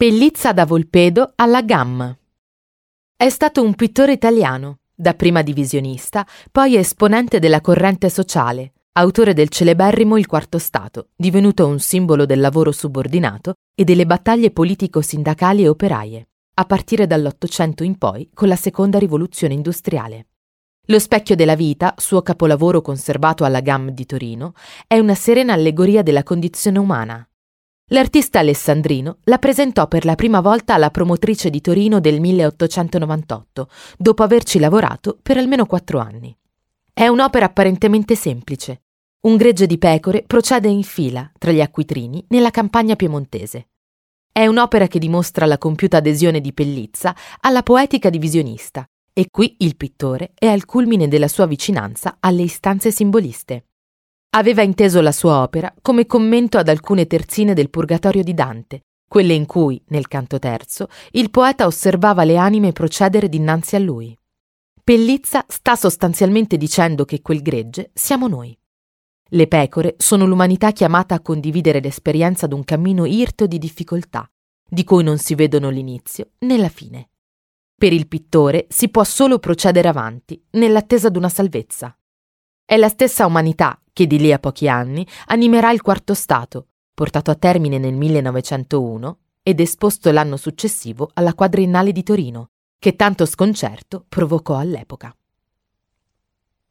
Pellizza da Volpedo alla GAM. È stato un pittore italiano, dapprima divisionista, poi esponente della corrente sociale, autore del celeberrimo Il Quarto Stato, divenuto un simbolo del lavoro subordinato e delle battaglie politico-sindacali e operaie, a partire dall'Ottocento in poi con la seconda rivoluzione industriale. Lo specchio della vita, suo capolavoro conservato alla GAM di Torino, è una serena allegoria della condizione umana. L'artista alessandrino la presentò per la prima volta alla promotrice di Torino del 1898, dopo averci lavorato per almeno 4 anni. È un'opera apparentemente semplice. Un gregge di pecore procede in fila tra gli acquitrini nella campagna piemontese. È un'opera che dimostra la compiuta adesione di Pellizza alla poetica divisionista, e qui il pittore è al culmine della sua vicinanza alle istanze simboliste. Aveva inteso la sua opera come commento ad alcune terzine del Purgatorio di Dante, quelle in cui, nel canto terzo, il poeta osservava le anime procedere dinanzi a lui. Pellizza sta sostanzialmente dicendo che quel gregge siamo noi. Le pecore sono l'umanità chiamata a condividere l'esperienza d'un cammino irto di difficoltà, di cui non si vedono l'inizio né la fine. Per il pittore si può solo procedere avanti, nell'attesa d'una salvezza. È la stessa umanità che di lì a pochi anni animerà il Quarto Stato, portato a termine nel 1901 ed esposto l'anno successivo alla Quadriennale di Torino, che tanto sconcerto provocò all'epoca.